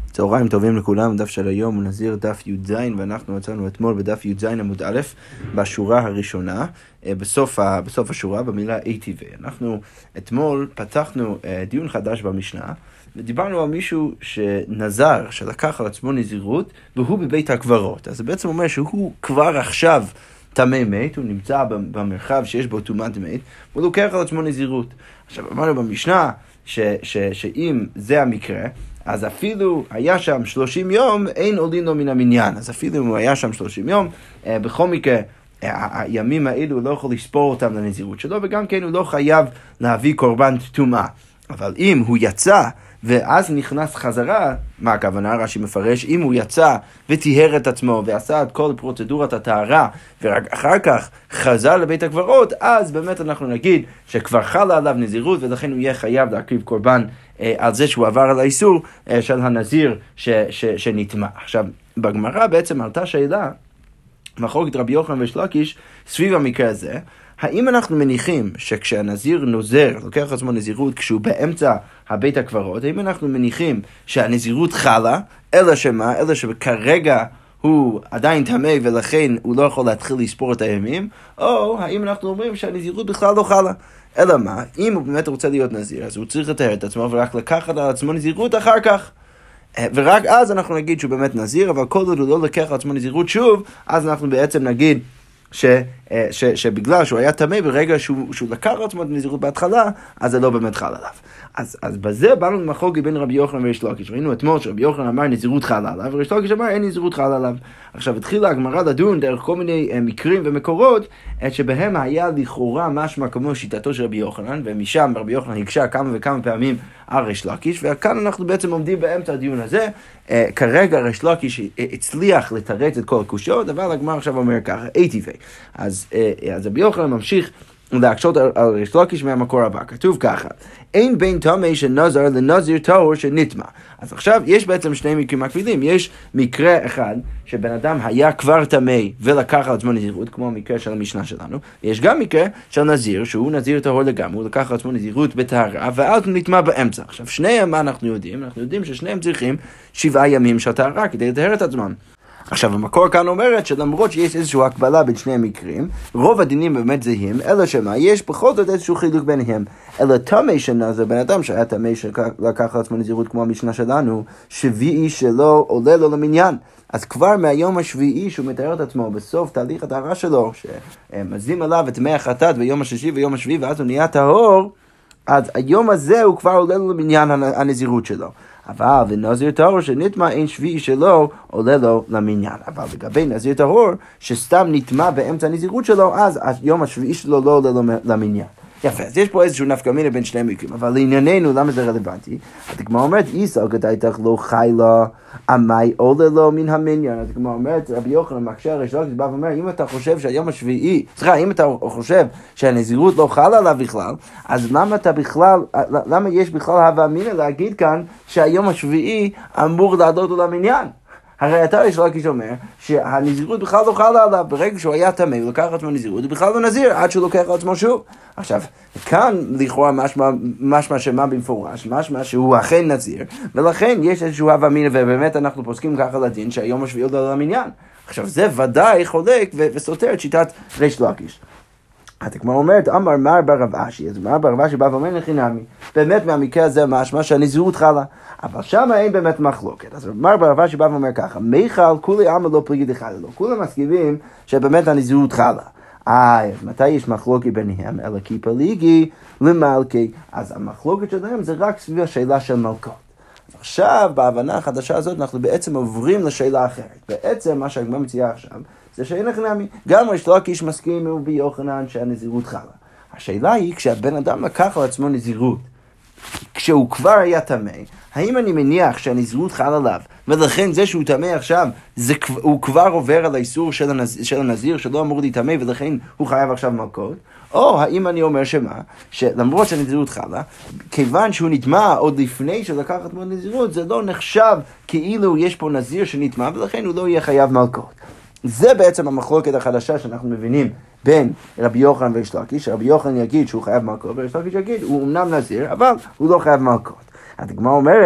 צהריים טובים לכולם, דף של היום הוא נזיר דף י"ז, ואנחנו מצאנו אתמול בדף י"ז עמוד א' בשורה הראשונה, בסוף השורה במילה ATV. אנחנו אתמול פתחנו דיון חדש במשנה, ודיברנו על מישהו שנזר, שלקח על עצמו נזירות, והוא בבית הקברות. אז זה בעצם אומר שהוא כבר עכשיו טמא מת, הוא נמצא במרחב שיש בו טומאת מת, והוא לוקח על עצמו נזירות. עכשיו אמרנו במשנה שאם זה המקרה, אז אפילו היה שם 30 יום, אין עולין לו מן המניין. אז אפילו אם הוא היה שם 30 יום, בכל מקרה, הימים האלו הוא לא יכול לספור אותם לנזירות שלו, וגם כן הוא לא חייב להביא קורבן טומאה. אבל אם הוא יצא, ואז נכנס חזרה, מה הכוונה? רש"י מפרש, אם הוא יצא וטיהר את עצמו, ועשה את כל פרוצדורת הטהרה, ורק אחר כך חזר לבית הקברות, אז באמת אנחנו נגיד שכבר חלה עליו נזירות, ולכן הוא יהיה חייב להקריב קורבן על זה שהוא עבר על האיסור של הנזיר שנטמא. עכשיו, בגמרא בעצם עלתה שאלה, מחלוקת רבי יוחנן וריש לקיש, סביב המקרה הזה, האם אנחנו מניחים שכשהנזיר נוזר, לוקח עצמו נזירות כשהוא באמצע הבית הקברות, האם אנחנו מניחים שהנזירות חלה, אלא שמה? אלא שכרגע הוא עדיין טמא ולכן הוא לא יכול להתחיל לספור את הימים, או האם אנחנו אומרים שהנזירות בכלל לא חלה? אלא מה? אם הוא באמת רוצה להיות נזיר, אז הוא צריך לטהר את עצמו ורק לקחת על עצמו נזירות אחר כך. ורק אז אנחנו נגיד שהוא באמת נזיר, אבל כל עוד הוא לא לקח על עצמו נזירות שוב, אז אנחנו בעצם נגיד שבגלל שהוא היה טמא ברגע שהוא לקח על עצמו את נזירות בהתחלה, אז זה לא באמת חל עליו. אז בזה באנו למחלוקת בין רבי יוחנן וריש לקיש. ראינו אתמול שרבי יוחנן אמר נזירות חלה עליו, וריש לקיש אמר אין נזירות חלה עליו. עכשיו התחילה הגמרא לדון דרך כל מיני מקרים ומקורות, שבהם היה לכאורה משמע כמו שיטתו של רבי יוחנן, ומשם רבי יוחנן הקשה כמה וכמה פעמים על ריש לקיש, וכאן אנחנו בעצם עומדים באמצע הדיון הזה. כרגע ריש לקיש הצליח לתרץ את כל הקושיות, אבל הגמרא עכשיו אומר ככה, ATV. אז רבי יוחנן ממשיך להקשות על ריש לקיש מהמקור הבא. כתוב ככה, אין בין טמא שנזר לנזיר טהור שנטמא. אז עכשיו יש בעצם שני מקרים מקבילים. יש מקרה אחד שבן אדם היה כבר טמא ולקח על עצמו נזירות, כמו המקרה של המשנה שלנו. יש גם מקרה של נזיר, שהוא נזיר טהור לגמרי, הוא לקח על עצמו נזירות בטהרה, ואז הוא נטמא באמצע. עכשיו שניהם מה אנחנו יודעים? אנחנו יודעים ששניהם צריכים 7 ימים של טהרה כדי לטהר את עצמם. עכשיו, המקור כאן אומרת שלמרות שיש איזושהי הקבלה בין שני המקרים, רוב הדינים באמת זהים, אלא שמה, יש בכל זאת איזשהו חילוק ביניהם. אלא טמא שנזר, בן אדם שהיה טמא שלקח על עצמו נזירות כמו המשנה שלנו, שביעי שלו עולה לו למניין. אז כבר מהיום השביעי שהוא מתאר את עצמו בסוף תהליך הטהרה שלו, שמזים עליו את מי החטאת ביום השישי ויום השביעי, ואז הוא נהיה טהור, אז היום הזה הוא כבר עולה לו למניין הנזירות שלו. אבל לנזיר טהור שנטמא אין שביעי שלו עולה לו למניין. אבל לגבי נזיר טהור שסתם נטמא באמצע הנזירות שלו, אז יום השביעי שלו לא עולה לו למניין. יפה, אז יש פה איזשהו נפקא מינה בין שני מקרים, אבל לענייננו למה זה רלוונטי? הגמרא אומרת, איסא גדייתך לא חיילה, עמי עולה לו מן המניין. הגמרא אומרת, רבי יוחנן מקשה ריש לקיש בא ואומר, אם אתה חושב שהיום השביעי, אם אתה חושב שהנזירות לא חלה עליו בכלל, אז למה יש בכלל הווה אמינא להגיד כאן שהיום השביעי אמור לעלות לו למניין? הרי אתה ריש לקיש אומר שהנזירות בכלל לא חלה עליו, ברגע שהוא היה טמא ולקח על עצמו נזירות, הוא בכלל לא נזיר עד שהוא לוקח על עצמו שוב. עכשיו, כאן לכאורה משמע שמה במפורש, משמע שהוא אכן נזיר, ולכן יש איזשהו הווה אמינא, ובאמת אנחנו פוסקים ככה לדין שהיום השביעי עולה למניין. עכשיו, זה ודאי חולק וסותר את שיטת ריש לקיש. הגמרא אומרת, אמר מר בר רב אשי, אז מר בר רב אשי בא ואומר לחינמי, באמת מהמקרה הזה משמע שהנזירות חלה, אבל שם אין באמת מחלוקת. אז מר בר רב אשי בא ואומר ככה, מיכל כולי עמא לא פליגי דחלה לו, כולם מסכימים שבאמת הנזירות חלה. אז מתי יש מחלוקת ביניהם? אלא כי פליגי למלכי, אז המחלוקת שלהם זה רק סביב השאלה של מלכות. עכשיו, בהבנה החדשה הזאת, אנחנו בעצם עוברים לשאלה אחרת. בעצם מה שהגמרא מציעה עכשיו, זה שאין לחינמי. גם ריש לקיש מסכים עם רבי יוחנן שהנזירות חלה. השאלה היא, כשהבן אדם לקח על עצמו נזירות, כשהוא כבר היה טמא, האם אני מניח שהנזירות חלה עליו, ולכן זה שהוא טמא עכשיו, הוא כבר עובר על האיסור של הנזיר, שלא אמור להיטמא, ולכן הוא חייב עכשיו מלכות? או האם אני אומר שלמרות שהנזירות חלה, כיוון שהוא נטמא עוד לפני שלקח את הנזירות, זה לא נחשב כאילו יש פה נזיר שנטמא, ולכן הוא לא יהיה חייב מלכות. זה בעצם המחלוקת החדשה שאנחנו מבינים בין רבי יוחנן וריש לקיש. רבי יוחנן יגיד שהוא חייב מלכות, וריש לקיש יגיד הוא אמנם נזיר, אבל הוא לא חייב מלכות. הגמרא אומרת,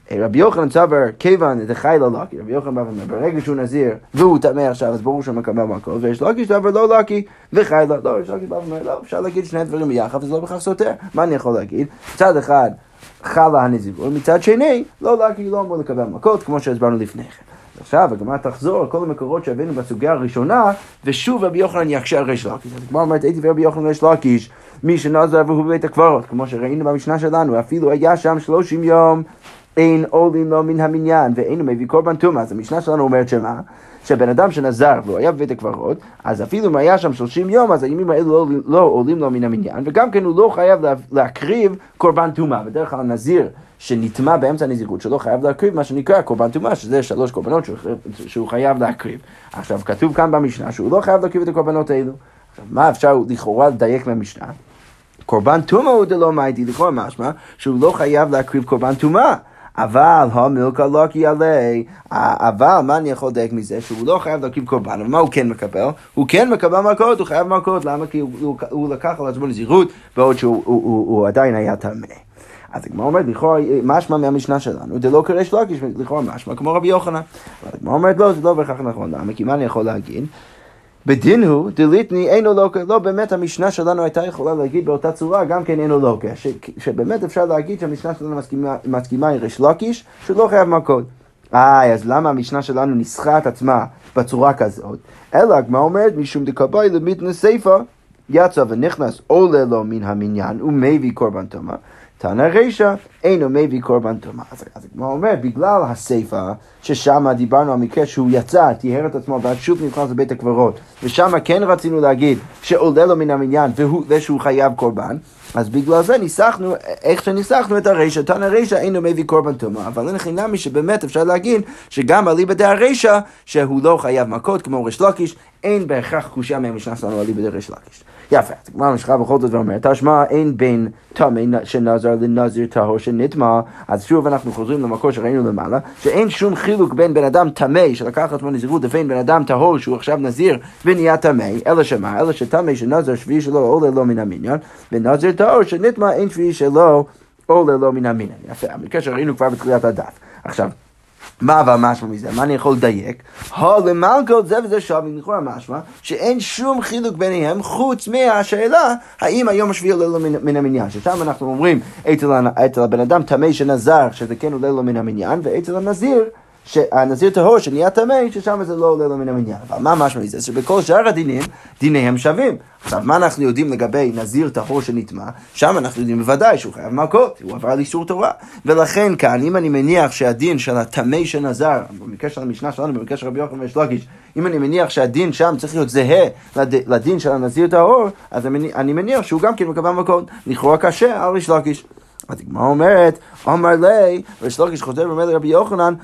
רבי יוחנן סבר כיוון דחי לא לקי, רבי יוחנן בא ואומר, ברגע שהוא נזיר והוא טמא עכשיו, אז ברור שהוא מקבל מכות, ויש לקיש סבר לא לקי וחי לא, יש לקיש בא ואומר, לא, אפשר להגיד שני דברים ביחד, וזה לא בכך סותר. מה אני יכול להגיד? מצד אחד חלה הנזירות, מצד שני לא לקי, לא אמור לקבל מכות, כמו שהסברנו לפני כן. עכשיו הגמרא תחזור על כל המקורות שהבאנו בסוגיה הראשונה, ושוב רבי יוחנן יקשה על ריש לקיש. אז הגמרא אומרת, הייתי ורבי יוחנן ריש לקיש, מי שנזר והוא בבית הקברות, כמו שראינו במשנה שלנו, אפילו היה שם 30 יום, אין עולים לו מן המניין, ואינו מביא קורבן טומאה. אז המשנה שלנו אומרת שמה? שבן אדם שנזר והוא היה בבית הקברות, אז אפילו אם היה שם 30 יום, אז הימים האלו לא עולים לו מן המניין, וגם כן הוא לא חייב להקריב קורבן טומאה. בדרך כלל נזיר שנטמא באמצע הנזירות שלו חייב להקריב מה שנקרא קורבן טומאה, שזה 3 קורבנות שהוא חייב להקריב. עכשיו כתוב כאן במשנה שהוא לא חייב להקריב את הקורבנות האלו. עכשיו מה אפשר לכאורה לדייק מהמשנה? קורבן טומאה הוא דלא מיידי, לכאורה משמע שהוא לא חייב להקריב קורבן טומאה. אבל המילקה לוקי עלי, אבל מה אני יכול לדייק מזה? שהוא לא חייב להקריב קורבן, אבל מה הוא כן מקבל? הוא כן מקבל מכות, הוא חייב מכות. למה? כי הוא לקח על עצמו נזירות בעוד שהוא עדיין היה טמא. אז הגמרא אומרת, לכאורה משמע מהמשנה שלנו, דלא כריש לקיש, לכאורה משמע כמו רבי יוחנן. אבל הגמרא אומרת, לא, זה לא בהכרח נכון. למה? כי מה אני יכול להגיד? בדין הוא, דליתני אינו לוקה, לא באמת המשנה שלנו הייתה יכולה להגיד באותה צורה, גם כן אינו לוקה, שבאמת אפשר להגיד שהמשנה שלנו מסכימה עם ריש לקיש, שלא חייב מכות. אז למה המשנה שלנו ניסחה את עצמה בצורה כזאת? אלא הגמרא אומרת, משום דקבאי למתנה סיפא, יצא ונכנס עולה לו מן המניין ומביא קורבן טומאה. תנא רישא אינו מביא קורבן טומאה. אז הגמרא אומרת, בגלל הסיפא, ששם דיברנו על מקרה שהוא יצא, טיהר את עצמו, ואז שוב נכנס לבית הקברות, ושם כן רצינו להגיד שעולה לו מן המניין ושהוא חייב קורבן, אז בגלל זה ניסחנו, איך שניסחנו את הרישא, תנא רישא אינו מביא קורבן טומאה, אבל אין חינמי שבאמת אפשר להגיד שגם אליבא דהרישא שהוא לא חייב מכות כמו ריש לקיש, אין בהכרח קושיה מהמשנה שלנו אליבא דריש לקיש. יפה, אז הגמרא ממשיכה בכל זאת ואומרת, תשמע אין בין טמא שנזר לנזיר טהור שנטמא. אז שוב אנחנו חוזרים למקור שראינו למעלה, שאין שום חילוק בין בן אדם טמא שלקח עצמו נזירות לבין בן אדם טהור שהוא עכשיו נזיר ונהיה טמא, אלא שמה? אלא שטמא שנזר שביעי שלו עולה לו מן המניין, ונזיר טהור שנטמא אין שביעי שלו עולה לו מן המניין. יפה, המקרה שראינו כבר בתחילת הדף. עכשיו מה אבל משמע מזה? מה אני יכול לדייק? למלכות זה וזה שווים, לכאורה משמע שאין שום חילוק ביניהם חוץ מהשאלה האם היום השביעי עולה לו מן המניין, ששם אנחנו אומרים אצל הבן אדם טמא שנזר שזה כן עולה לו מן המניין, ואצל הנזיר שהנזיר טהור שנהיה טמא ששם זה לא עולה לו מן המניין. אבל מה משמע מזה? שבכל שאר הדינים דיניהם שווים. עכשיו מה אנחנו יודעים לגבי נזיר טהור שנטמא? שם אנחנו יודעים בוודאי שהוא חייב מכות, הוא עבר על איסור תורה. ולכן כאן אם אני מניח שהדין של הטמא שנזר, במקרה של המשנה שלנו, במקרה של רבי יוחנן וריש לקיש, אם אני מניח שהדין שם צריך להיות זהה לדין של הנזיר טהור, אז אני מניח שהוא גם כן מקבל מכות. לכאורה קשה על ריש לקיש. אז הגמרא אומרת, אמר לי, ריש לקיש חוזר ואומר לרבי יוחנן,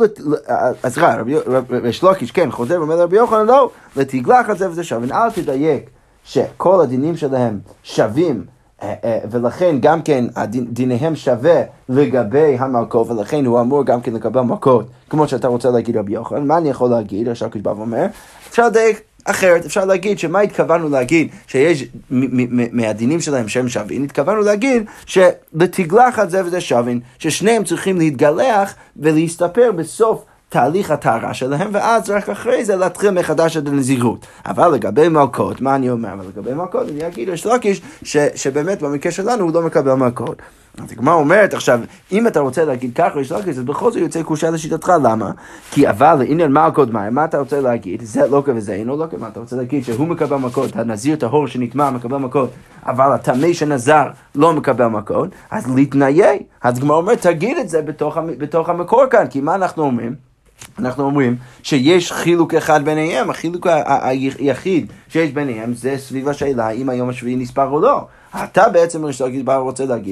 אז ריש לקיש כן חוזר ואומר לרבי יוחנן, לא, לתגלח על זה וזה שווה. אל תדייק שכל הדינים שלהם שווים, ולכן גם כן דיניהם שווה לגבי המלכות, ולכן הוא אמור גם כן לקבל מכות, כמו שאתה רוצה להגיד רבי יוחנן. מה אני יכול להגיד? ריש לקיש בא ואומר, אפשר לדייק אחרת, אפשר להגיד שמה התכוונו להגיד שיש מהדינים שלהם שהם שווים, התכוונו להגיד שלתגלח על זה וזה שווים, ששניהם צריכים להתגלח ולהסתפר בסוף תהליך הטהרה שלהם, ואז רק אחרי זה להתחיל מחדש את הנזירות. אבל לגבי מלכות, מה אני אומר? אבל לגבי מלכות אני אגיד ריש לקיש שבאמת במקרה שלנו הוא לא מקבל מלכות. אז הגמרא אומרת, עכשיו, אם אתה רוצה להגיד כך ריש לקיש, אז בכל זאת יוצא קושיה לשיטתך. למה? כי אבל עניין מלכות מה אתה רוצה להגיד? זה לוקה וזה אינו לוקה. מה אתה רוצה להגיד? שהוא מקבל מכות, הנזיר טהור שנטמא מקבל מכות, אבל הטמא שנזר לא מקבל מכות, אז להתניה. אז הגמרא אומרת, תגיד את זה בתוך המקור כאן, כי מה אנחנו אומרים? אנחנו אומרים שיש חילוק אחד ביניהם, החילוק היחיד שיש ביניהם זה סביב השאלה אם היום השביעי נספר או לא. אתה בעצם רוצה להגיד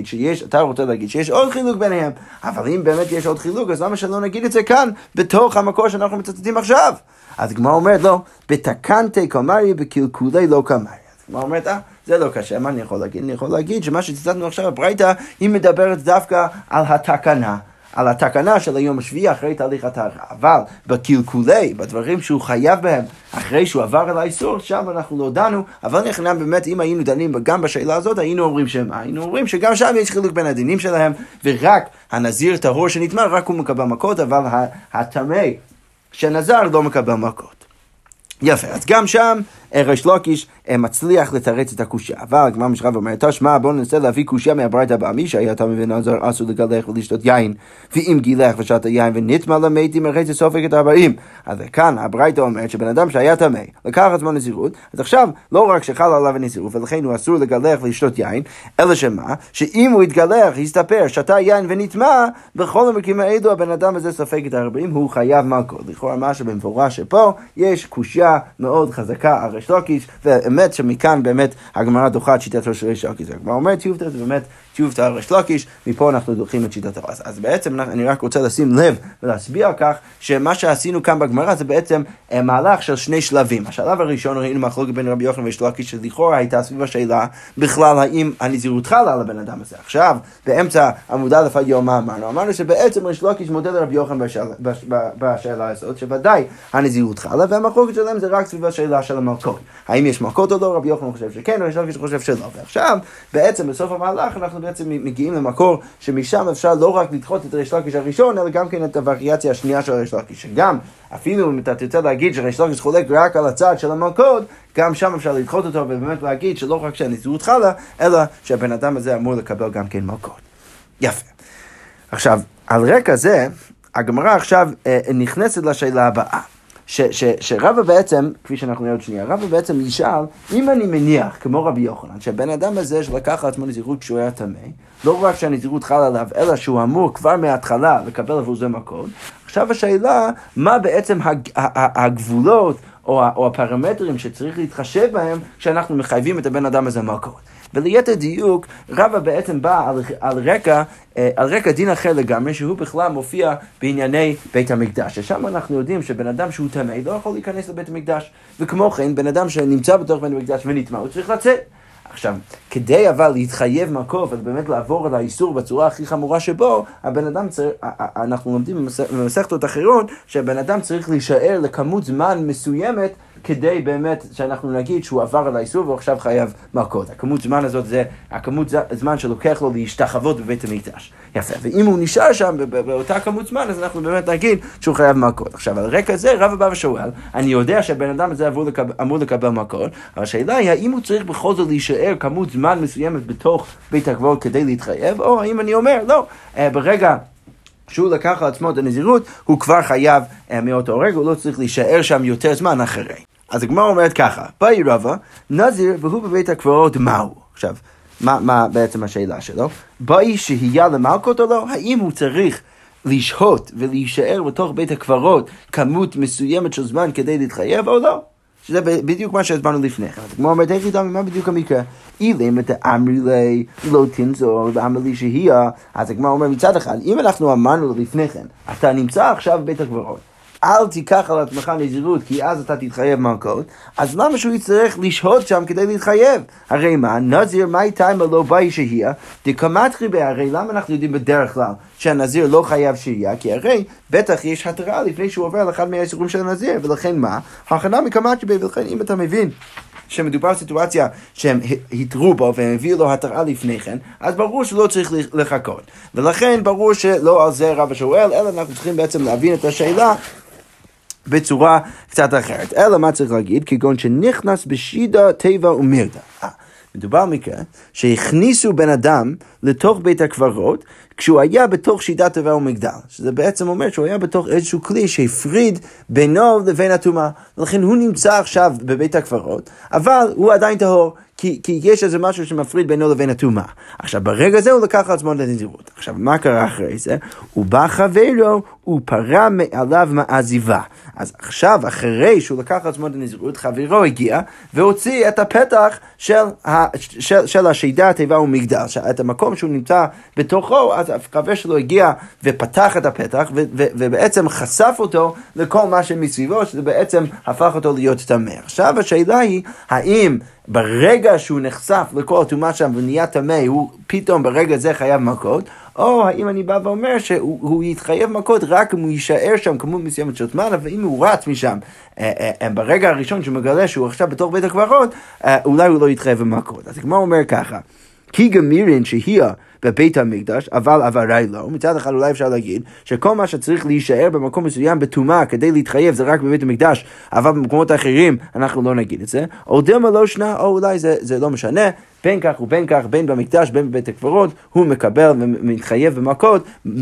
שיש עוד חילוק ביניהם, אבל אם באמת יש עוד חילוק, אז למה שלא נגיד את זה כאן בתוך המקור שאנחנו מצטטים עכשיו? אז הגמרא אומרת לא, בתקנתי קמרי בקלקולי לא קמרי. אז הגמרא אומרת זה לא קשה, מה אני יכול להגיד? אני יכול להגיד שמה שציטטנו עכשיו הברייתא היא מדברת דווקא על התקנה, על התקנה של היום השביעי אחרי תהליך הטהרה. אבל בקלקולי, בדברים שהוא חייב בהם, אחרי שהוא עבר על האיסור, שם אנחנו לא דנו, אבל נכנע באמת, אם היינו דנים גם בשאלה הזאת, היינו אומרים שמה? היינו אומרים שגם שם יש חילוק בין הדינים שלהם, ורק הנזיר טהור שנטמא, רק הוא מקבל מכות, אבל הטמא שנזר לא מקבל מכות. יפה, אז גם שם ריש לקיש מצליח לתרץ את הקושיה, אבל הגמרא משנה ואומרת, תשמע, בואו ננסה להביא קושיה מהברייתא הבאה, מי שהיה טמא ונזר אסור לגלח ולשתות יין, ואם גילח ושתה יין ונטמא למתים, הרי זה סופג את 40. אז כאן הברייתא אומרת שבן אדם שהיה טמא, לקח עצמו נזירות, אז עכשיו לא רק שחל עליו הנזירות, ולכן הוא אסור לגלח ולשתות יין, אלא שמה? שאם הוא יתגלח, יסתפר, שתה יין ונטמא, בכל המקרים האלו הבן אדם הזה סופג את 40, הוא חייב מכות. לכאורה מה שבמפורש שפה יש קושיה מאוד חזקה על ריש לקיש, והאמת שמכאן באמת הגמרא דוחה את שיטתו של ריש לקיש. הגמרא אומרת טיובטא זה באמת טיובטא על ריש לקיש, מפה אנחנו דוחים את שיטתו. אז בעצם אני רק רוצה לשים לב ולהסביר כך שמה שעשינו כאן בגמרא זה בעצם מהלך של שני שלבים. השלב הראשון ראינו מחלוקת בין רבי יוחנן וריש לקיש, שלכאורה הייתה סביב השאלה בכלל האם הנזירות חלה על הבן אדם הזה. עכשיו באמצע עמוד א' היום מה אמרנו? אמרנו שבעצם ריש לקיש מודד לרבי יוחנן בשאלה הזאת, שוודאי הנזירות חלה, והמחלוקת שלהם זה רק סביב השאלה של המלכות. האם יש מלכות או לא? רבי יוחנן חושב שכן, ריש לקיש חושב שלא. ועכשיו בעצם בסוף המהלך אנחנו בעצם מגיעים למקור שמשם אפשר לא רק לדחות את ריש לקיש הראשון, אלא גם כן את הווריאציה השנייה של ריש לקיש, שגם אפילו אם אתה תרצה להגיד שריש לקיש חולק רק על הצד של המלכות, גם שם אפשר לדחות אותו ובאמת להגיד שלא רק שהנזירות חלה, אלא שהבן אדם הזה אמור לקבל גם כן מלכות. יפה. עכשיו, על רקע זה, הגמרא עכשיו נכנסת לשאלה הבאה. שרבא בעצם, כפי שאנחנו נראה עוד שנייה, רבא בעצם ישאל, אם אני מניח, כמו רבי יוחנן, שהבן אדם הזה שלקח על עצמו נזירות כשהוא היה טמא, לא רק שהנזירות חלה עליו, אלא שהוא אמור כבר מההתחלה לקבל עבור זה מכות, עכשיו השאלה, מה בעצם הגבולות או הפרמטרים שצריך להתחשב בהם, כשאנחנו מחייבים את הבן אדם הזה מכות. וליתר דיוק, רבא בעצם בא על רקע דין אחר לגמרי, שהוא בכלל מופיע בענייני בית המקדש. ששם אנחנו יודעים שבן אדם שהוא טמא לא יכול להיכנס לבית המקדש, וכמו כן, בן אדם שנמצא בתוך בית המקדש ונטמא, הוא צריך לצאת. עכשיו, כדי אבל להתחייב מכות ובאמת לעבור על האיסור בצורה הכי חמורה שבו, הבן אדם צריך, אנחנו לומדים במסכתות אחרות, שהבן אדם צריך להישאר לכמות זמן מסוימת, כדי באמת שאנחנו נגיד שהוא עבר על האיסור והוא עכשיו חייב מכות. הכמות זמן הזאת זה הכמות זמן שלוקח לו להשתחוות בבית המקדש. יפה. ואם הוא נשאר שם באותה כמות זמן, אז אנחנו באמת נגיד שהוא חייב מכות. עכשיו, על רקע זה, רבא בא ושואל, אני יודע שהבן אדם הזה אמור לקבל מכות, אבל השאלה היא, האם הוא צריך בכל זאת להישאר כמות זמן מסוימת בתוך בית הקברות כדי להתחייב, או האם אני אומר, לא, ברגע שהוא לקח על עצמו את הנזירות, הוא כבר חייב מאותו רגע, הוא לא צריך להישאר שם יותר זמן אחרי. אז הגמרא אומרת ככה, באי רבא, נזיר והוא בבית הקברות מהו? עכשיו, מה בעצם השאלה שלו? באי שהייה למלכות או לא? האם הוא צריך לשהות ולהישאר בתוך בית הקברות כמות מסוימת של זמן כדי להתחייב או לא? שזה בדיוק מה שהסברנו לפני כן. הגמרא אומרת, איך ידע מה בדיוק המקרה? אילם את האמרי לי לא תנזור ואמר לי שהייה, אז הגמרא אומר מצד אחד, אם אנחנו אמרנו לפני כן, אתה נמצא עכשיו בבית הקברות, אל תיקח על עצמך נזירות, כי אז אתה תתחייב מכות, אז למה שהוא יצטרך לשהות שם כדי להתחייב? הרי מה? נזיר מי טיימה לא באי שהייה, דקמטרי בה, הרי למה אנחנו יודעים בדרך כלל שהנזיר לא חייב שהייה? כי הרי בטח יש התראה לפני שהוא עובר על אחד מהאיסורים של הנזיר, ולכן מה? הכנה מקמטרי בה, ולכן אם אתה מבין שמדובר בסיטואציה שהם התרו בו והם הביאו לו התראה לפני כן, אז ברור שלא צריך לחכות. ולכן ברור שלא על זה רבא שואל, אלא אנחנו צריכים בעצם להבין את השאלה בצורה קצת אחרת. אלא מה צריך להגיד? כגון שנכנס בשידה, טבע ומירדה. מדובר מקרה שהכניסו בן אדם לתוך בית הקברות, כשהוא היה בתוך שידת טבע ומגדל. שזה בעצם אומר שהוא היה בתוך איזשהו כלי שהפריד בינו לבין הטומאה. ולכן הוא נמצא עכשיו בבית הקברות, אבל הוא עדיין טהור. כי יש איזה משהו שמפריד בינו לבין הטומאה. עכשיו, ברגע זה הוא לקח על עצמו את הנזירות. עכשיו, מה קרה אחרי זה? הוא בא חברו, הוא פרע מעליו מעזיבה. אז עכשיו, אחרי שהוא לקח על עצמו את הנזירות, חברו הגיע והוציא את הפתח של השידה, טבע ומגדל. את המקום שהוא נמצא בתוכו, אז החבר שלו הגיע ופתח את הפתח, ובעצם חשף אותו לכל מה שמסביבו, שזה בעצם הפך אותו להיות טמא. עכשיו, השאלה היא, האם ברגע שהוא נחשף לכל הטומאה שם ונהיה טמא, הוא פתאום ברגע זה חייב מכות, או האם אני בא ואומר שהוא יתחייב מכות רק אם הוא יישאר שם כמות מסוימת של זמן, ואם הוא רץ משם ברגע הראשון שהוא מגלה שהוא עכשיו בתוך בית הקברות, אולי הוא לא יתחייב במכות. אז כמו אומר ככה, כי גמירין שהיא בבית המקדש, אבל עברי לא. מצד אחד אולי אפשר להגיד שכל מה שצריך להישאר במקום מסוים בטומאה כדי להתחייב זה רק בבית המקדש, אבל במקומות האחרים אנחנו לא נגיד את זה. או דמה לא שנה, או אולי זה לא משנה, בין כך ובין כך, בין במקדש, בין בבית הקברות, הוא מקבל ומתחייב במכות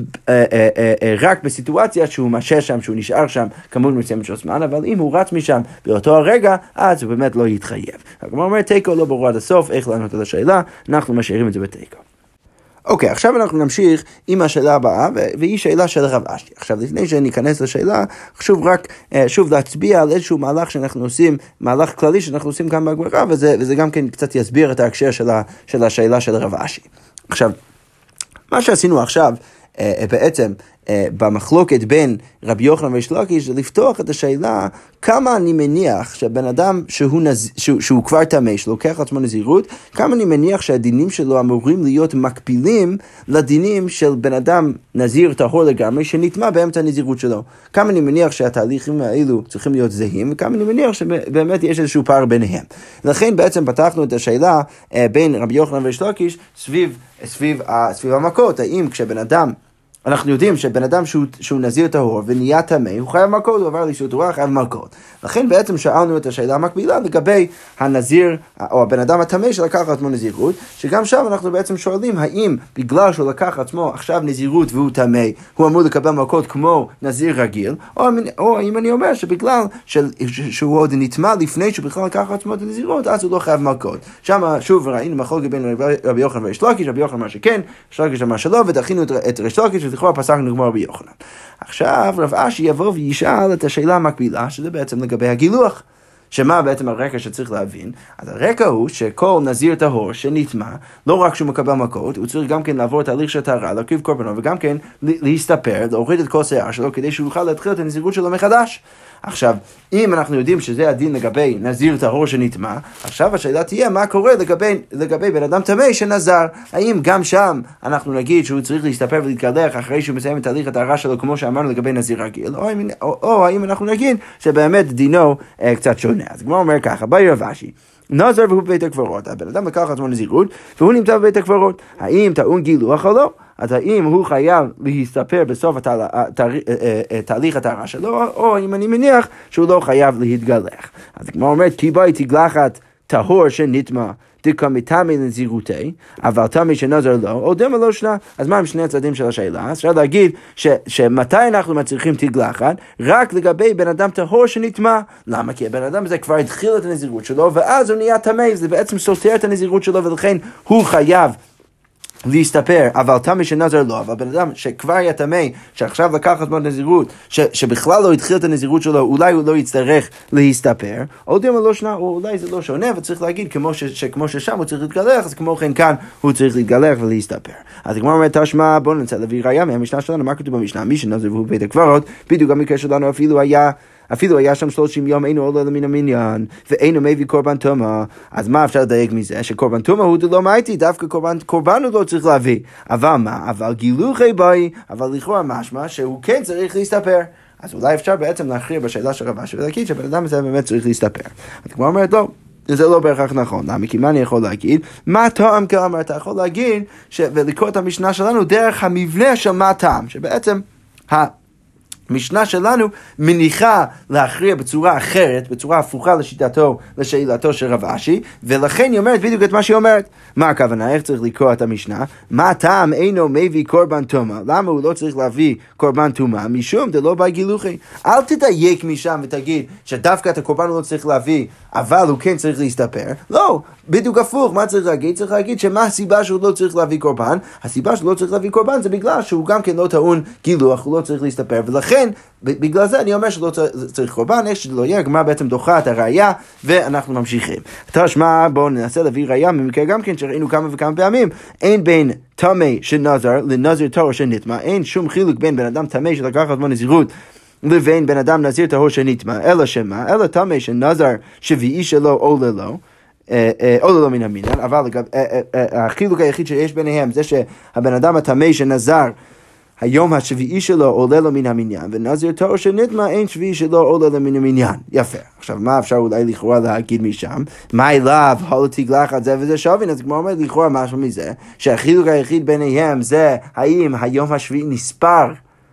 רק בסיטואציה שהוא משה שם, שהוא נשאר שם כמות מסוימת של זמן, אבל אם הוא רץ משם באותו הרגע, אז הוא באמת לא יתחייב. כמו אומר, תיקו לא ברור עד הסוף, איך לענות על השאלה, אנחנו משאירים את זה בתיקו. אוקיי, עכשיו אנחנו נמשיך עם השאלה הבאה, והיא שאלה של רב אשי. עכשיו, לפני שניכנס לשאלה, חשוב רק שוב להצביע על איזשהו מהלך שאנחנו עושים, מהלך כללי שאנחנו עושים כאן בגמרא, וזה גם כן קצת יסביר את ההקשר של השאלה של רב אשי. עכשיו, מה שעשינו עכשיו, בעצם, במחלוקת בין רבי יוחנן וריש לקיש, זה לפתוח את השאלה כמה אני מניח שבן אדם שהוא כבר טמא, שלוקח לעצמו נזירות, כמה אני מניח שהדינים שלו אמורים להיות מקבילים לדינים של בן אדם נזיר טהור לגמרי שנטמא באמצע הנזירות שלו. כמה אני מניח שהתהליכים האלו צריכים להיות זהים, וכמה אני מניח שבאמת יש איזשהו פער ביניהם. לכן בעצם פתחנו את השאלה בין רבי יוחנן וריש לקיש סביב המכות. האם כשבן אדם, אנחנו יודעים שבן אדם שהוא נזיר טהור ונהיה טמא, הוא חייב מכות, הוא עבר לאיסור תורה, חייב מכות. לכן בעצם שאלנו את השאלה המקבילה לגבי הנזיר, או הבן אדם הטמא שלקח עצמו נזירות, שגם שם אנחנו בעצם שואלים האם בגלל שהוא לקח עצמו עכשיו נזירות והוא טמא, הוא אמור לקבל מכות כמו נזיר רגיל, או אם אני אומר שבגלל שהוא עוד נטמא לפני שהוא בכלל לקח עצמו את הנזירות, אז הוא לא חייב מכות. שם שוב ראינו מחלוקת בין רבי יוחנן וריש לקיש, רבי יוחנן אמר שכן, ריש לקיש אמר שלא, ודחינו את ריש לקיש לכאורה פסקנו נגמר רבי יוחנן. עכשיו רב אשי יבוא וישאל את השאלה המקבילה, שזה בעצם לגבי הגילוח. שמה בעצם הרקע שצריך להבין? אז הרקע הוא שכל נזיר טהור שנטמא, לא רק שהוא מקבל מכות, הוא צריך גם כן לעבור תהליך של טהרה, להקריב קורבנות, וגם כן להסתפר, להוריד את כל שיער שלו, כדי שהוא יוכל להתחיל את הנזירות שלו מחדש. עכשיו, אם אנחנו יודעים שזה הדין לגבי נזיר טהור שנטמא, עכשיו השאלה תהיה מה קורה לגבי בן אדם טמא שנזר. האם גם שם אנחנו נגיד שהוא צריך להסתפר ולהתקלח אחרי שהוא מסיים את תהליך הטהרה שלו, כמו שאמרנו לגבי נזיר רגיל, או האם אנחנו נגיד שבאמת דינו קצת שונה. אז כמו אומר ככה, באי רב אשי, נזר והוא בבית הקברות, הבן אדם לקח עצמו נזירות והוא נמצא בבית הקברות, האם טעון גילוח או לא? אז האם הוא חייב להסתפר בסוף תהליך הטהרה שלו, או אם אני מניח שהוא לא חייב להתגלח. אז כמו אומרת, כי באי תגלחת טהור שנטמא, דקמיטמא לנזירותי, אבל טמא שנזר לא, או דמה לא שנה. אז מה הם שני הצדדים של השאלה? אפשר להגיד שמתי אנחנו מצריכים תגלחת? רק לגבי בן אדם טהור שנטמא. למה? כי הבן אדם הזה כבר התחיל את הנזירות שלו, ואז הוא נהיה טמא, זה בעצם סותר את הנזירות שלו, ולכן הוא חייב להסתפר, אבל טמא שנזר לא. אבל בן אדם שכבר היה טמא, שעכשיו לקח עצמו נזירות, שבכלל לא התחיל את הנזירות שלו, אולי הוא לא יצטרך להסתפר, או דמה לא שנה, או אולי זה לא שונה, וצריך להגיד כמו ששם הוא צריך להתגלח, אז כמו כן כאן הוא צריך להתגלח ולהסתפר. אז כמו אומרת תשמע, בואו נצא להביא ראיה מהמשנה שלנו, מה כתוב במשנה? מי שנזר והוא בית הקברות, בדיוק המקרה שלנו אפילו היה שם 30 יום, אינו עולה מן המניין, ואינו מביא קורבן טומאה. אז מה אפשר לדייק מזה? שקורבן טומאה הוא דלא מייטי, דווקא קורבן הוא לא צריך להביא. אבל מה? אבל גילוחי באי, אבל לכאורה משמע שהוא כן צריך להסתפר. אז אולי אפשר בעצם להכריע בשאלה של רב אשי, ולהגיד שבן אדם הזה באמת צריך להסתפר. אז כמו אומרת, לא, זה לא בהכרח נכון. למה? כי מה אני יכול להגיד? מה טעם כאמר? אתה יכול להגיד, ולקרוא את המשנה שלנו דרך המבנה של מה טעם, שבעצם המשנה שלנו מניחה להכריע בצורה אחרת, בצורה הפוכה לשאלתו של רב אשי, ולכן היא אומרת בדיוק את מה שהיא אומרת. מה הכוונה? איך צריך לקרוא את המשנה? מה טעם אינו מביא קורבן טומאה? למה הוא לא צריך להביא קורבן טומאה? משום דלא באי גילוחי. אל תדייק משם ותגיד שדווקא את הקורבן הוא לא צריך להביא, אבל הוא כן צריך להסתפר. לא, בדיוק הפוך. מה צריך להגיד? צריך להגיד שמה הסיבה שהוא לא צריך להביא קורבן? הסיבה שהוא לא צריך להביא קורבן זה בגלל שהוא גם כן לא טעון גילוח, הוא לא צריך להסתפר, ולכן בגלל זה אני אומר שלא צריך קורבן, איך שלא יהיה, הגמרא בעצם דוחה את הראייה, ואנחנו ממשיכים. תשמע, בואו ננסה להביא ראייה, במקרה גם כן שראינו כמה וכמה פעמים, אין בין טמא שנזר לנזיר טהור שנטמא, אין שום חילוק בין בן אדם טמא שלקח עצמו נזירות, לבין בן אדם נזיר טהור שנטמא, אלא שמה? אלא טמא שנזר שביעי שלו או ללא, עולה לו מן המניין, אבל החילוק היחיד שיש ביניהם זה שהבן אדם הטמא שנזר היום השביעי שלו עולה לו מן המניין, ונזיר טהור שנטמא אין שביעי שלו עולה לו מן המניין. יפה. עכשיו, מה אפשר אולי לכאורה להגיד משם? מה אליו, הולו תגלחת זה וזה שווין? אז כמו אומר לכאורה משהו מזה, שהחילוק היחיד ביניהם זה האם היום השביעי נספר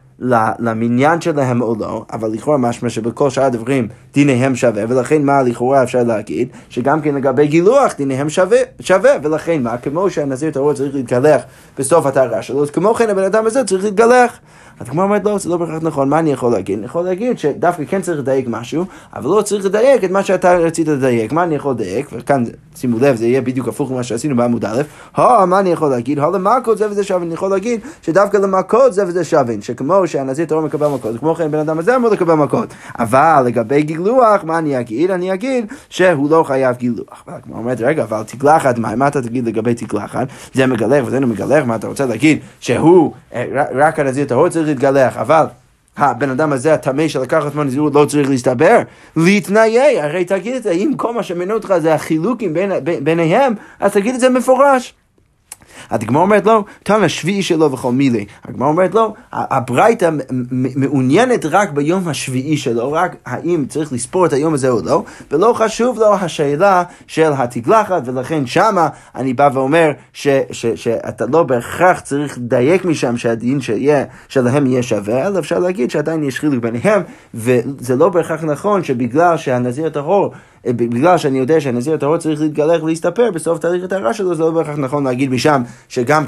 למניין שלהם או לא, אבל לכאורה משמע שבכל שאר הדברים דיניהם שווה, ולכן מה לכאורה אפשר להגיד? שגם כן לגבי גילוח דיניהם שווה, ולכן מה? כמו שהנזיר טהור צריך להתגלח בסוף הטהרה שלו, כמו כן הבן אדם הזה צריך להתגלח. אז כמו אומרת, לא, זה לא בהכרח נכון, מה אני יכול להגיד? אני יכול להגיד שדווקא כן צריך לדייק משהו, אבל לא צריך לדייק את מה שאתה רצית לדייק. מה אני יכול לדייק? וכאן, שימו לב, זה יהיה בדיוק הפוך ממה שעשינו בעמוד א', מה אני יכול להגיד? למכות זה וזה שווה, אני יכול להגיד שדווקא למכות זה וזה שווה, שכמו שהנזיר טהור מקבל מכות, כמו כן בן אדם הזה אמור לקבל מכות. אבל לגבי גילוח, מה אני אגיד? אני אגיד שהוא לא חייב גילוח. כמו אומרת, רגע, אבל תגלחת, מה אתה תגיד לגבי תגלחת? זה מגלח וזה מגלח, מה אתה רוצה להגיד? שהוא רק הנזיר טהור צריך להתגלח, אבל הבן אדם הזה, הטמא שלקח עצמו נזירות, לא צריך להסתבר, להתנייע, הרי תגיד את זה, אם כל מה שמנה אותך זה החילוקים ביניהם, אז תגיד את זה מפורש. הגמרא אומרת לו, תן השביעי שלו וכל מילי. הגמרא אומרת לו, הברייתא מעוניינת רק ביום השביעי שלו, רק האם צריך לספור את היום הזה או לא, ולא חשוב לו השאלה של התגלחת, ולכן שמה אני בא ואומר שאתה לא בהכרח צריך לדייק משם שהדין שלהם יהיה שווה, אלא אפשר להגיד שעדיין יש חילוק ביניהם, וזה לא בהכרח נכון שבגלל שהנזיר הטהור בגלל שאני יודע שהנזיר הטהור צריך להתגלח ולהסתפר בסוף תהליך הטהרה שלו, זה לא בהכרח נכון להגיד משם שגם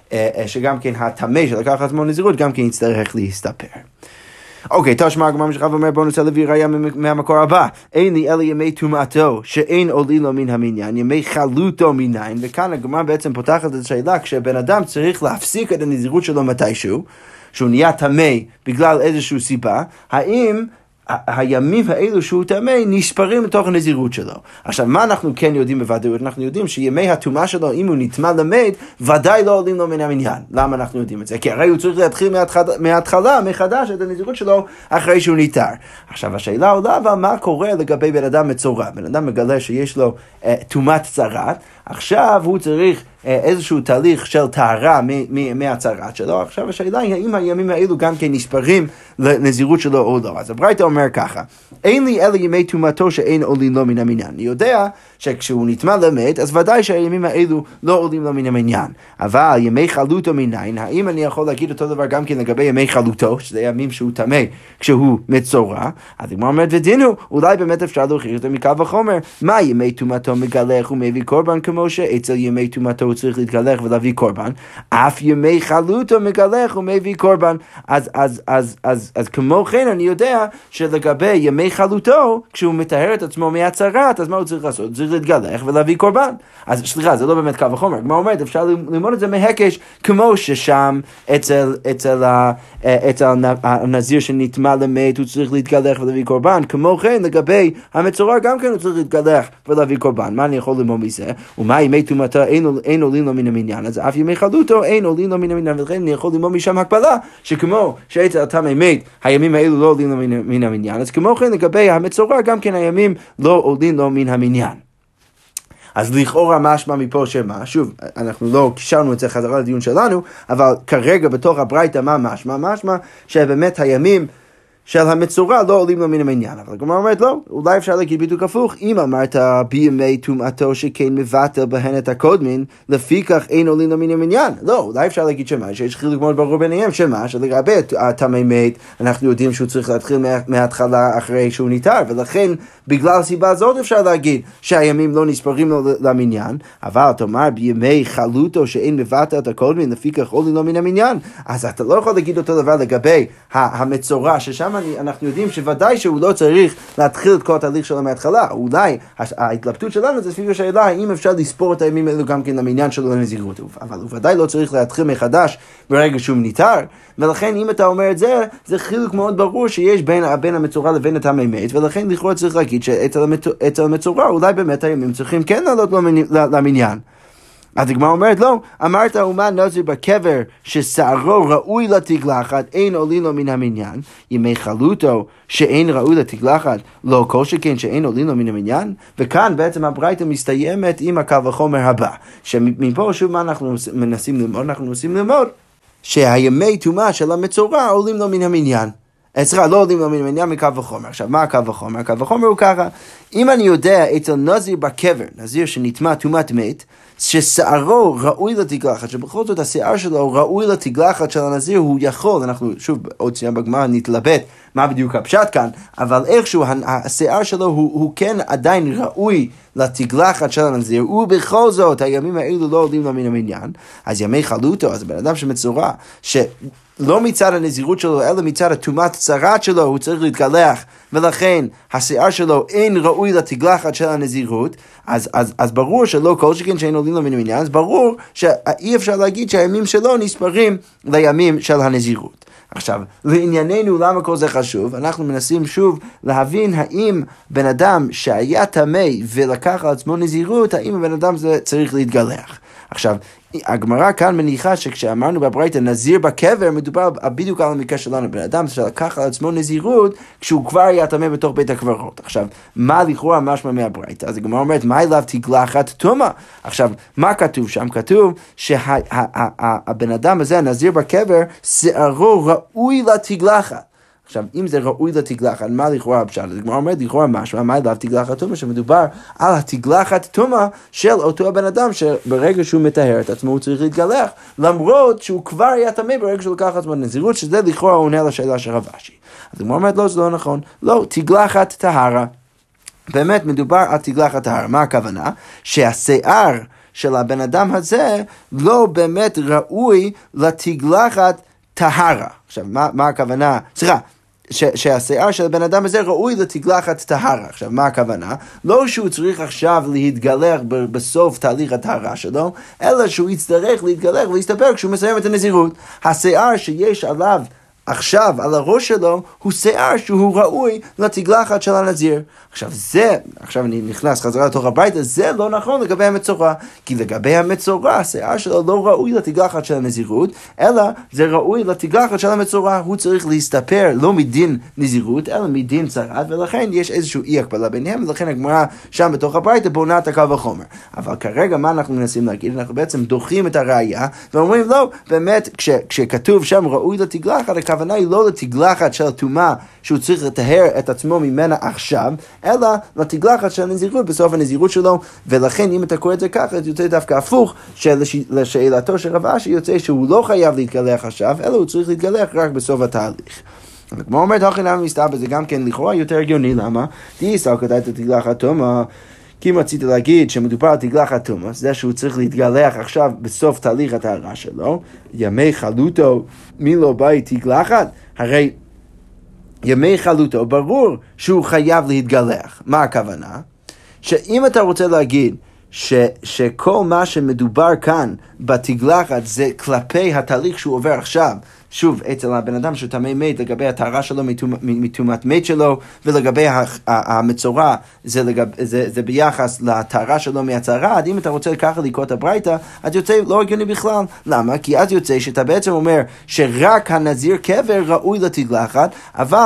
כן הטמא שלקח עצמו נזירות גם כן יצטרך להסתפר. אוקיי, תשמע הגמרא ממשיכה ואומר, בוא ננסה להביא ראיה מהמקור הבא. אין לי אלא ימי טומאתו שאין עולים לו מן המניין, ימי חלוטו מניין. וכאן הגמרא בעצם פותחת את השאלה, כשבן אדם צריך להפסיק את הנזירות שלו מתישהו, שהוא נהיה טמא בגלל איזושהי סיבה, האם הימים האלו שהוא טמא נספרים לתוך הנזירות שלו. עכשיו, מה אנחנו כן יודעים בוודאות? אנחנו יודעים שימי הטומאה שלו, אם הוא נטמא למת, ודאי לא עולים לו מן המניין. למה אנחנו יודעים את זה? כי הרי הוא צריך להתחיל מההתחלה, מחדש, את הנזירות שלו אחרי שהוא ניתר. עכשיו, השאלה עולה, אבל מה קורה לגבי בן אדם מצורע? בן אדם מגלה שיש לו טומאת צרת, עכשיו הוא צריך איזשהו תהליך של טהרה מהצרת שלו. עכשיו השאלה היא האם הימים האלו גם כן נספרים לנזירות שלו או לא. אז הברייתא אומר ככה, אין לי אלא ימי טומאתו שאין עולים לו מן המניין. אני יודע שכשהוא נטמא למת, אז ודאי שהימים האלו לא עולים לו מן המניין. אבל ימי חלוטו מניין, האם אני יכול להגיד אותו דבר גם כן לגבי ימי חלוטו, שזה ימים שהוא טמא כשהוא מצורע? אז הגמרא אומרת ודינו, אולי באמת אפשר להוכיח אותו מקל וחומר. מה ימי טומאתו מגלח ומביא קורבן, כמו שאצל ימי טומאתו הוא צריך להתגלח ולהביא קורבן, אף ימי חלוטו מגלח ומביא קורבן. אז כמו כן אני יודע שלגבי ימי חלוטו, כשהוא מטהר את עצמו מהצרת, אז מה הוא צריך לעשות? צריך להתגלח ולהביא קורבן. אז סליחה, זה לא באמת קל וחומר. כמו אומרת, אפשר ללמוד את זה מהקש, כמו ששם אצל הנזיר שנטמא למת, הוא צריך להתגלח ולהביא קורבן. כמו כן, לגבי המצורע גם כן הוא צריך להתגלח ולהביא קורבן. מה אני יכול ללמוד מזה? ומה ימי טומאתו אין עולים לו מן המניין, אז אף ימי חלוטו אין עולים לו מן המניין, ולכן אני יכול ללמוד משם הקבלה, שכמו שאצל הטמא מת, הימים האלו לא עולים לו מן המניין, אז כמו כן לגבי המצורע גם כן הימים לא עולים לו מן המניין. אז לכאורה משמע מפה שמה, שוב, אנחנו לא קישרנו את זה חזרה לדיון שלנו, אבל כרגע בתוך הברייתא מה משמע שבאמת הימים של המצורע לא עולים לו מן המניין. אבל הגמרא אומרת לא, אולי אפשר להגיד בדיוק הפוך, אם אמרת בימי טומאתו שכן מבטל בהן את הקודמין, לפיכך אין עולים לו מן המניין. לא, אולי אפשר להגיד שמה, שיש חילוק מאוד ברור ביניהם, שמה, שלגבי הטמא מת, אנחנו יודעים שהוא צריך להתחיל מההתחלה אחרי שהוא ניתר, ולכן בגלל סיבה זאת אפשר להגיד שהימים לא נספרים לו למניין, אבל תאמר בימי חלוטו שאין מבטל את הקודמין, לפיכך עולים לו מן המניין. אז אתה לא יכול להגיד אותו דבר לגבי המצורע, ששם אנחנו יודעים שוודאי שהוא לא צריך להתחיל את כל התהליך שלו מההתחלה. אולי ההתלבטות שלנו זה סביב השאלה האם אפשר לספור את הימים האלו גם כן למניין שלו לנזירות, אבל הוא ודאי לא צריך להתחיל מחדש ברגע שהוא ניתר, ולכן אם אתה אומר את זה, זה חילוק מאוד ברור שיש בין המצורע לבין הטמא מת, ולכן לכאורה צריך להגיד שאצל המצורע אולי באמת הימים צריכים כן לעלות למניין. אז הגמרא אומרת, לא, אמרת אומן נזיר בקבר ששערו ראוי לתגלחת, אין עולין לו מן המניין, ימי חלוטו שאין ראוי לתגלחת, לא כל שכן שאין עולין לו מן המניין, וכאן בעצם הברייתא מסתיימת עם הקל וחומר הבא, שמפה שוב מה אנחנו מנסים ללמוד? אנחנו מנסים ללמוד שהימי טומאה של המצורע עולים לו מן המניין. סליחה, לא עולים לו מן המניין מקל וחומר. עכשיו, מה הקל וחומר? הקל וחומר הוא ככה, אם אני יודע אצל נזיר בקבר, נזיר שנטמא טומאת מת, ששערו ראוי לתגלחת, שבכל זאת השיער שלו ראוי לתגלחת של הנזיר, הוא יכול, אנחנו שוב עוד שנייה בגמרא נתלבט מה בדיוק הפשט כאן, אבל איכשהו השיער שלו הוא כן עדיין ראוי לתגלחת של הנזיר, ובכל זאת הימים האלו לא עולים לו מן המניין, אז ימי חלוטו, אז בן אדם שמצורע, לא מצד הנזירות שלו, אלא מצד הטומאת צרת שלו, הוא צריך להתגלח, ולכן השיער שלו אין ראוי לתגלחת של הנזירות, אז ברור שלא כל שכן שאין עולים לו מן המניין, אז ברור שאי אפשר להגיד שהימים שלו נספרים לימים של הנזירות. עכשיו, לענייננו, למה כל זה חשוב? אנחנו מנסים שוב להבין האם בן אדם שהיה טמא ולקח על עצמו נזירות, האם הבן אדם זה צריך להתגלח. עכשיו, הגמרא כאן מניחה שכשאמרנו בברייתא נזיר בקבר, מדובר בדיוק על המקרה שלנו, בן אדם שלקח על עצמו נזירות כשהוא כבר היה טמא בתוך בית הקברות. עכשיו, מה לכאורה משמע מהברייתא? אז הגמרא אומרת, מה אליו תגלחת טומאה? עכשיו, מה כתוב שם? כתוב שהבן אדם הזה, הנזיר בקבר, שערו ראוי לתגלחת. עכשיו, אם זה ראוי לתגלחת, מה לכאורה הפשט? אז הגמרא אומרת, לכאורה משמע, מה אליו תגלחת טומאה? שמדובר על התגלחת טומאה של אותו הבן אדם, שברגע שהוא מטהר את עצמו, הוא צריך להתגלח, למרות שהוא כבר היה טמא ברגע שהוא לקח עצמו נזירות, שזה לכאורה עונה לשאלה של רב אשי. אז הגמרא אומרת, לא, זה לא נכון. לא, תגלחת טהרה. באמת מדובר על תגלחת טהרה. מה הכוונה? שהשיער של הבן אדם הזה לא באמת ראוי לתגלחת טהרה. עכשיו, מה הכוונה? סליחה. שהשיער של הבן אדם הזה ראוי לתגלחת טהרה. עכשיו, מה הכוונה? לא שהוא צריך עכשיו להתגלח בסוף תהליך הטהרה שלו, אלא שהוא יצטרך להתגלח ולהסתפר כשהוא מסיים את הנזירות. השיער שיש עליו עכשיו על הראש שלו הוא שיער שהוא ראוי לתגלחת של הנזיר. עכשיו אני נכנס חזרה לתוך הברייתא, זה לא נכון לגבי המצורע, כי לגבי המצורע השיער שלו לא ראוי לתגלחת של הנזירות, אלא זה ראוי לתגלחת של המצורע, הוא צריך להסתפר לא מדין נזירות, אלא מדין צרת, ולכן יש איזשהו אי הקבלה ביניהם, ולכן הגמרא שם בתוך הברייתא בונה את הקל וחומר. אבל כרגע מה אנחנו מנסים להגיד? אנחנו בעצם דוחים את הראייה, ואומרים לא, באמת כשכתוב שם ראוי לתגלחת, הכוונה היא לא לתגלחת של טומאה שהוא צריך לטהר את עצמו ממנה עכשיו, אלא לתגלחת של הנזירות בסוף הנזירות שלו, ולכן אם אתה קורא את זה ככה, זה יוצא דווקא הפוך, לשאלתו של רב אשי יוצא שהוא לא חייב להתגלח עכשיו, אלא הוא צריך להתגלח רק בסוף התהליך. כמו אומרת, הכי למה מסתבר, זה גם כן לכאורה יותר הגיוני, למה? תיסע כדאי את התגלחת טומאה, כי אם רציתי להגיד שמדובר על תגלחת טומאה, זה שהוא צריך להתגלח עכשיו בסוף תהליך הטהרה שלו, ימי חלוטו, מי לא בא תגלחת? הרי ימי חלוטו, ברור שהוא חייב להתגלח. מה הכוונה? שאם אתה רוצה להגיד שכל מה שמדובר כאן בתגלחת זה כלפי התהליך שהוא עובר עכשיו, שוב, אצל הבן אדם שטמא מת, לגבי הטהרה שלו מטומאת מת שלו, ולגבי המצורע, זה ביחס לטהרה שלו מהצרת. אם אתה רוצה ככה לקרוא את הברייתא, אז יוצא לא הגיוני בכלל. למה? כי אז יוצא שאתה בעצם אומר שרק הנזיר קבר ראוי לתגלחת, אבל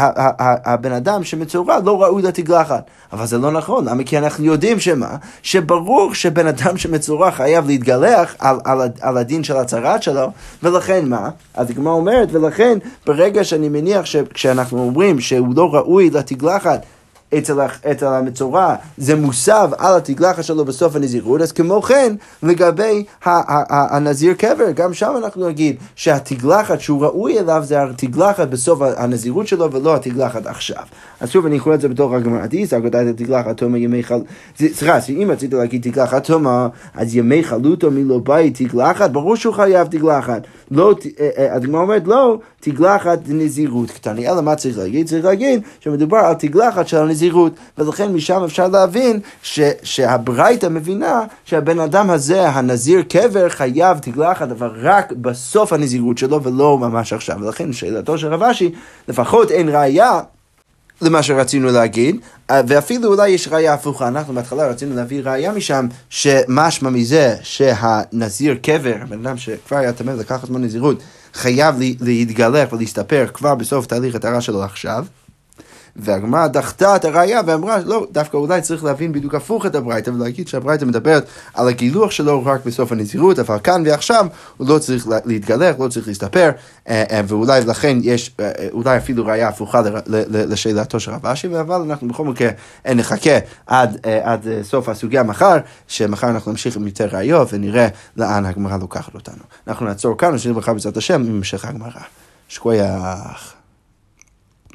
הבן אדם שמצורע לא ראוי לתגלחת. אבל זה לא נכון. למה? כי אנחנו יודעים שברור שבן אדם שמצורע חייב להתגלח על הדין של הצרת שלו, ולכן מה? אז הגמרא אומרת, ולכן ברגע שאני מניח שכשאנחנו אומרים שהוא לא ראוי לתגלחת אצל המצורע, זה מוסב על התגלחת שלו בסוף הנזירות, אז כמו כן לגבי הנזיר קבר, גם שם אנחנו נגיד שהתגלחת שהוא ראוי אליו זה התגלחת בסוף הנזירות שלו ולא התגלחת עכשיו. אז שוב אני קורא את זה בתוך הגמרא, תיסע כדאי את התגלחת טומאה ימי חלוטו, סליחה, אם רצית להגיד תגלחת טומאה, אז ימי חלוטו מי לא בא תגלחת, ברור שהוא חייב תגלחת. לא, הגמרא אומרת לא, תגלחת נזירות קטנה, אלא מה צריך להגיד? צריך להגיד שמדובר על תגלחת של הנזירות, ולכן משם אפשר להבין שהברייתא מבינה שהבן אדם הזה, הנזיר קבר, חייב תגלחת, אבל רק בסוף הנזירות שלו ולא ממש עכשיו. ולכן שאלתו של רב אשי, לפחות אין ראייה למה שרצינו להגיד, ואפילו אולי יש ראיה הפוכה, אנחנו בהתחלה רצינו להביא ראיה משם, שמשמע מזה שהנזיר קבר, בן אדם שכבר היה תמד לקחת נזירות, חייב להתגלח ולהסתפר כבר בסוף תהליך הטהרה שלו עכשיו, והגמרא דחתה את הראיה ואמרה, לא, דווקא אולי צריך להבין בדיוק הפוך את הברייתא, ולהגיד שהברייתא מדברת על הגילוח שלו רק בסוף הנזירות, אבל כאן ועכשיו הוא לא צריך להתגלח, לא צריך להסתפר, ואולי לכן יש, אולי אפילו ראיה הפוכה לשאלתו של רב אשי, אבל אנחנו בכל מקרה נחכה עד סוף הסוגיה מחר, שמחר אנחנו נמשיך עם יותר ראיות, ונראה לאן הגמרא לוקחת אותנו. אנחנו נעצור כאן, ונשאיר מחר בעזרת השם, עם המשך הגמרא. שכוייח.